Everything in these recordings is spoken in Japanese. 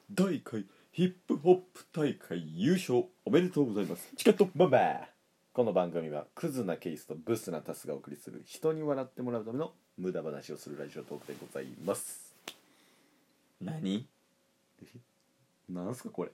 第1回ヒップホップ大会優勝おめでとうございます。チケットボンバー。この番組はクズなケースとブスなタスがお送りする人に笑ってもらうための無駄話をするラジオトークでございます。何？なんすかこれ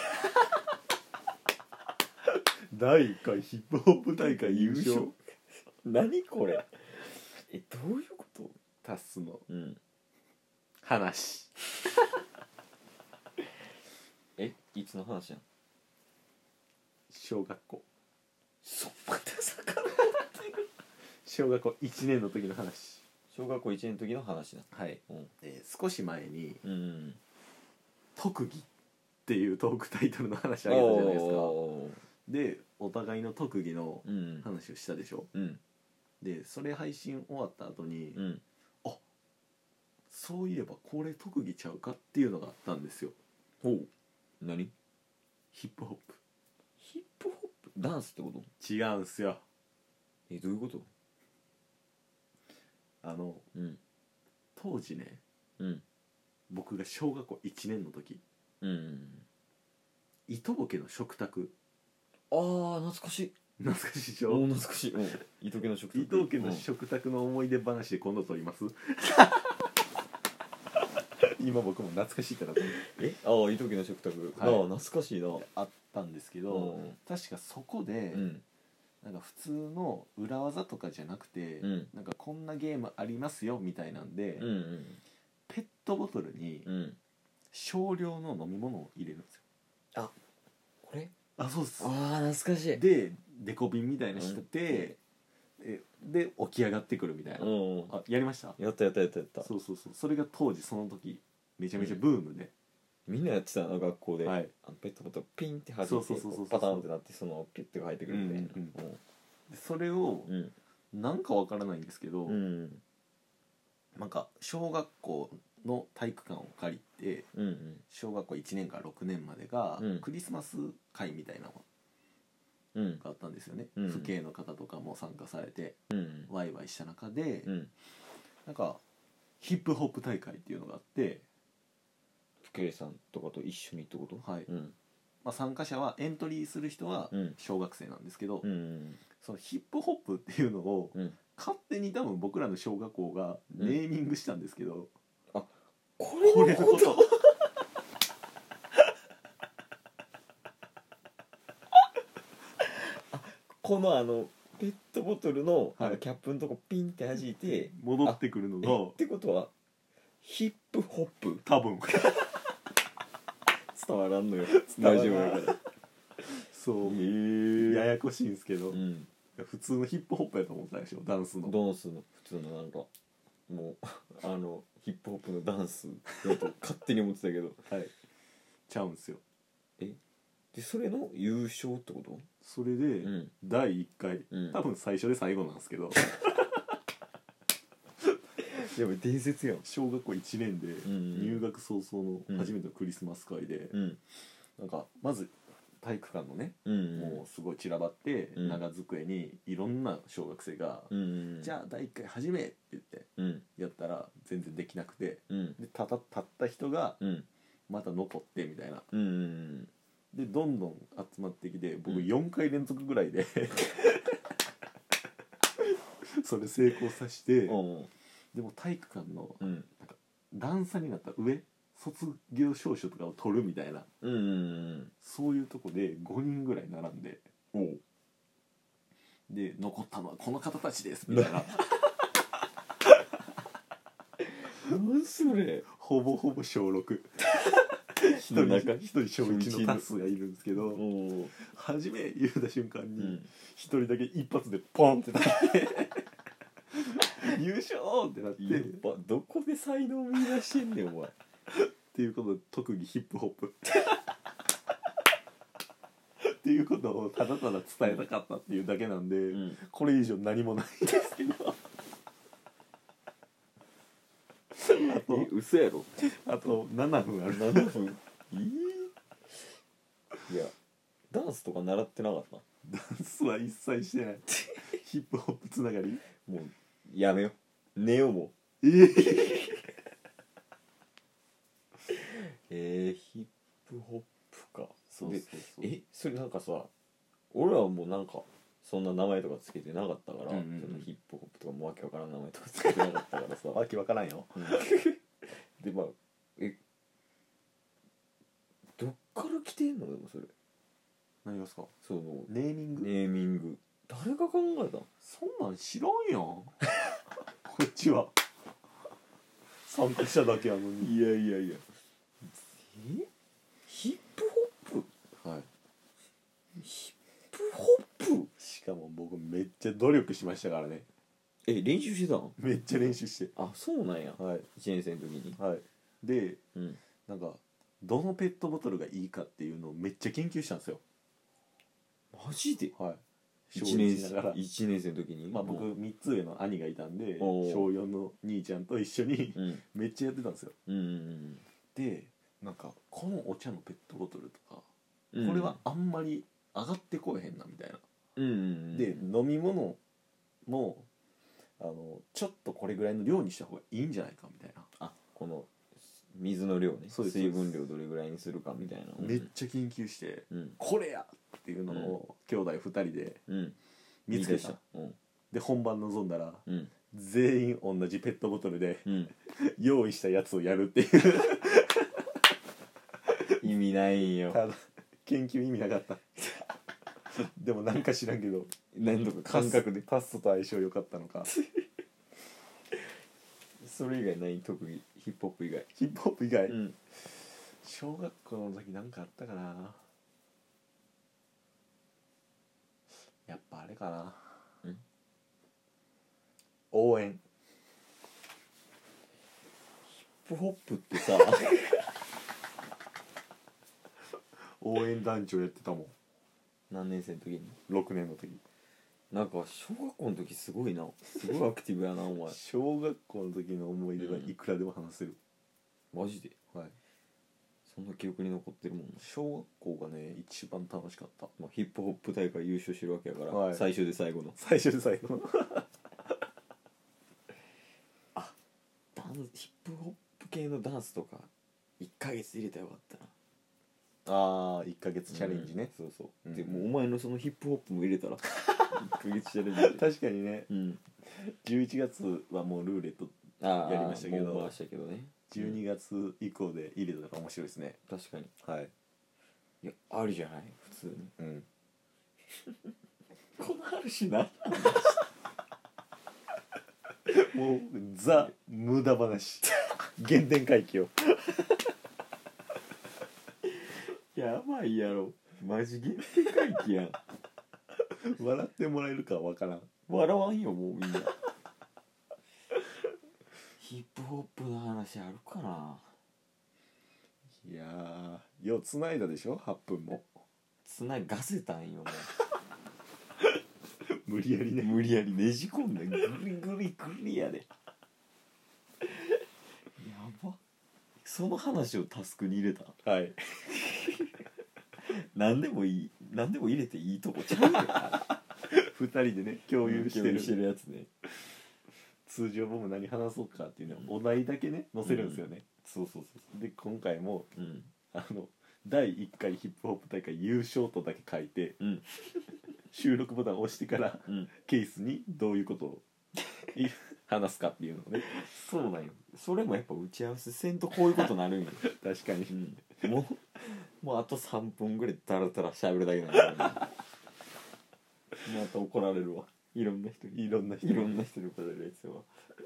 第1回ヒップホップ大会優勝何これどういうこと？ タスの話いつの話やん？ 小学校また遡ってくる。 小学校1年の時の話。 小学校1年の時の話だ。 はい、 うん少し前にうん特技っていうトークタイトルの話あげたじゃないですか。でお互いの特技のうん話をしたでしょ。 うんでそれ配信終わった後に、 うんそういえばこれ特技ちゃうかっていうのがあったんですよ。 ほう。何？ ヒップホップ。 ヒップホップダンスってこと？ 違うんすよ。 どういうこと？ 当時ね、僕が小学校1年の時、糸ボケの食卓。 懐かしい。 懐かしいでしょ。 懐かしい。糸気の食卓。 糸ボケの食卓の思い出話で今度撮ります。今僕も懐かしいから糸気の食卓、懐かしいな。 あったんですけど、確かそこで、なんか普通の裏技とかじゃなくて、なんかこんなゲームありますよみたいなんで、ペットボトルに少量の飲み物を入れるんですよ。 これ？ そうです。 懐かしい。 でデコ瓶みたいなしてて、で起き上がってくるみたいな。やりました？ やった。 そう。それが当時その時めちゃめちゃブームで、 みんなやってたな、学校で。 はい、 ペットボトルピンって弾いてそうパターンってなって、そのピュッて入ってくるみたいな。 でそれを、なんかわからないんですけど、なんか小学校の体育館を借りて、小学校1年から6年までが、クリスマス会みたいなのがあったんですよね。父兄の方とかも参加されて、ワイワイした中で、なんかヒップホップ大会っていうのがあって、 父兄さんとかと一緒にってこと？ はい、参加者はエントリーする人は小学生なんですけど、そのヒップホップっていうのを、勝手に多分僕らの小学校がネーミングしたんですけど、 これのことこのペットボトルのキャップのとこピンって弾いて戻ってくるのが、 ってことはヒップホップ？ 多分伝わらんのよ。大丈夫やから。 そう、ややこしいんですけど、普通のヒップホップやと思ったでしょ。ダンスの普通のなんかもうヒップホップのダンスだと勝手に思ってたけどちゃうんすよ。 でそれの優勝ってこと？ それで、第1回、多分最初で最後なんですけどやばい伝説やん。 小学校1年で入学早々の初めてのクリスマス会で、なんかまず体育館のね、もうすごい散らばって、長机にいろんな小学生が、じゃあ第1回始めって言ってやったら全然できなくて、でたった人がまた残ってみたいな、でどんどん集まってきて、僕4回連続ぐらいでそれ成功させて、でも体育館のなんか段差になった上、卒業証書とかを取るみたいな、そういうとこで5人ぐらい並んで、で残ったのはこの方たちですみたいな何それ。 ほぼほぼ小6一人小1のタスがいるんですけど、初め言うた瞬間に一人だけ一発でポンってなって優勝ってなって、 どこで才能見出してんねんお前っていうことで特技ヒップホップっていうことをただただ伝えたかったっていうだけなんで、これ以上何もないんですけどあと嘘やろ。 あと7分ある。 7分いやダンスとか習ってなかった？ ダンスは一切してないヒップホップつながり。 もうやめよう、寝ようもう。 ヒップホップか。 そうそうそう。 それなんかさ、俺らはもうなんかそんな名前とかつけてなかったから、 うんうんうんそのヒップホップとかもわけわからん名前とかつけてなかったからさわけわからんよ。 でまあどっから来てんの？でもそれ何がですか？ そのネーミング。 ネーミング誰が考えたん？ そんなん知らんやん。こっちは参加しただけやのに。 いやいやいや、ヒップホップ、 はい。 ヒップホップ、 しかも僕めっちゃ努力しましたからね。 練習してたん？ めっちゃ練習して。 あ、そうなんや。 はい 1年生の時に。 はい。で、 うんなんかどのペットボトルがいいかっていうのをめっちゃ研究したんですよ。 マジで？ はい。 1年しながら。 一年生の時に。 まあ僕3つ上の兄がいたんで、 おー小4の兄ちゃんと一緒にうんめっちゃやってたんですよ。 うんうんで、なんかこのお茶のペットボトルとか、 うん、 これはあんまり上がってこえへんなみたいな。 うんうんうんで、飲み物もちょっとこれぐらいの量にした方がいいんじゃないかみたいな。 あ、この水の量ね、 そうです水分量どれぐらいにするかみたいな。 めっちゃ研究して、 うんこれやっていうのを兄弟2人でうん見つけた。 うんで本番臨んだらうん全員同じペットボトルでうん用意したやつをやるっていう意味ないんよ。 ただ研究意味なかったでもなんか知らんけど何とか感覚で。 パストと相性良かったのか。 それ以外ない特技？ヒップホップ以外。 ヒップホップ以外、 うん小学校の時なんかあったかな。やっぱあれかな、応援。 ヒップホップってさ応援団長やってたもん。 何年生の時に？ 6年の時。 なんか小学校の時すごいな、すごいアクティブやなお前。 小学校の時の思い出はいくらでも話せる、 マジで？ はい。 そんな記憶に残ってるもんな。 小学校がね一番楽しかった。 まあ、ヒップホップ大会優勝してるわけやから、 はい最終で最後の最初で最後ヒップホップ系のダンスとか1ヶ月入れたらよかったな。 ああ1ヶ月チャレンジね、 そうそう、 うんでもお前のそのヒップホップも入れたら1ヶ月チャレンジで確かにねうん 11月はもうルーレットあやりましたけどもう回したけどね。 12月以降で入れたら面白いですね。 確かに。 はい。 いやあるじゃない普通に。 うん。 この話なもうザ無駄話原点回帰をやばいやろマジ原点回帰やん。 笑ってもらえるかは分からん。 笑わんよもうみんな。ヒップホップの話あるかな。 いやーようつないだでしょ8分も。 つながせたんよも無理やりね。 う無理やりねじ込んでグリグリグリやで。やば。その話をタスクに入れた。 はい。 何でもいい、何でも入れていいとこちゃうよ 2人でね共有してる、 してるやつね。 通常僕何話そうかっていうのをお題だけね載せるんですよね、 そうそうそうで今回もうん第1回ヒップホップ大会優勝とだけ書いてうん収録ボタンを押してからうんケースにどういうことを話すかっていうのをね。 そうなんよ。それもやっぱ打ち合わせせんとこういうことなるんよ。 確かに、 もうあと3分ぐらいダラダラ喋るだけなんだよ、ね、また怒られるわ。いろんな人にいろんな人いろんな人に怒られるやつは。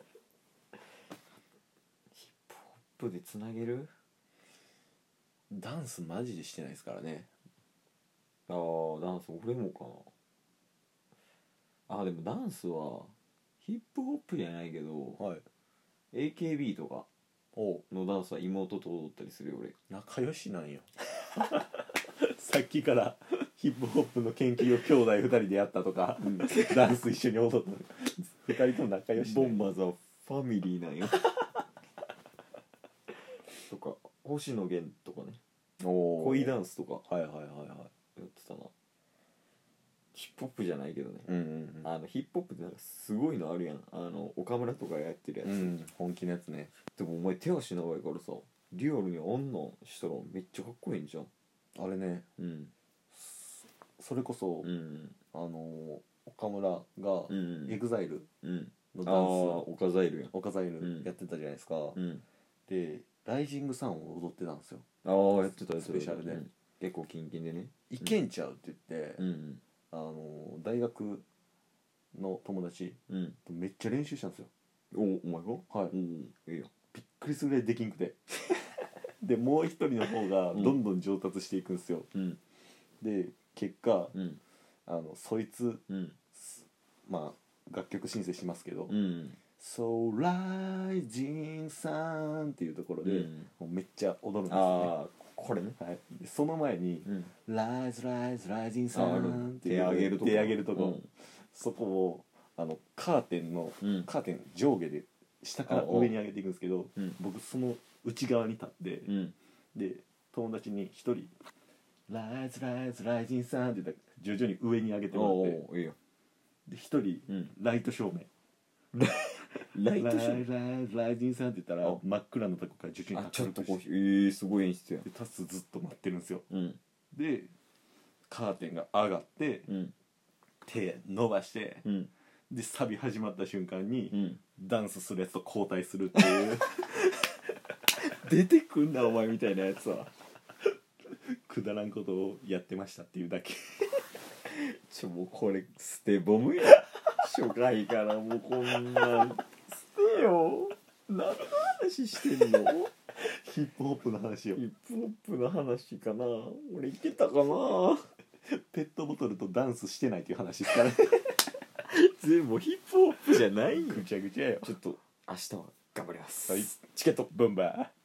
ヒップホップでつなげる？ ダンスマジでしてないですからね。 ああダンス俺もかな。あでもダンスはヒップホップじゃないけど、 はい。 AKB とかおのダンスは妹と踊ったりするよ俺。 仲良しなんよさっきからヒップホップの研究を兄弟2人でやったとか、ダンス一緒に踊った2人とも仲良しボンバーズはファミリーなんよとか星野源とかね、 お恋ダンスとかはいはいはいはい。 やってたな。ヒップホップじゃないけどね、 うんうんヒップホップってなんかすごいのあるやん。岡村とかやってるやつ、 うん、本気のやつね。 でもお前手足長いからさリアルにあんなんしたらめっちゃかっこいいんじゃん。 あれね、それこそ、岡村がエグザイルのダンスをオカザイルやん。 オカザイルやってたじゃないですか、でライジングサンを踊ってたんですよ。 やってたスペシャルで、 結構キンキンでね。 いけんちゃうって言って、大学の友達とめっちゃ練習したんですよ。 お前が？ はい。 いいよ。 びっくりするぐらいできんくてでもう一人の方がどんどん上達していくんですよ、で結果、そいつ、まあ楽曲申請しますけど「So Rising Sun」っていうところで、もうめっちゃ踊るんですよね。 これね。 はい、でその前に「Rise Rise Rising Sun」っていう手上げるとこ、 そこをカーテン上下で下から上に上げていくんですけど、僕その内側に立って、で友達に一人「Rise Rise Rising Sun」って言ったら徐々に上に上げてもらって、 いいよ。 で一人、ライト照明ライト照明ライジンさんって言ったら真っ暗なとこから徐々にちょっとこうすごい演出や。 でタスずっと待ってるんですよ、でカーテンが上がって、手伸ばして、でサビ始まった瞬間に、ダンスするやつと交代するっていう出てくんなお前みたいなやつは。 くだらんことをやってましたっていうだけもうこれ捨てボムや。初回からもうこんなん捨てよ。何の話してんの？ ヒップホップの話を。 ヒップホップの話かな。俺いけたかな。 ペットボトルとダンスしてないっていう話ですからね全部ヒップホップじゃないよ。 ぐちゃぐちゃよ。 ちょっと明日は頑張ります。 はい、チケットボンバー。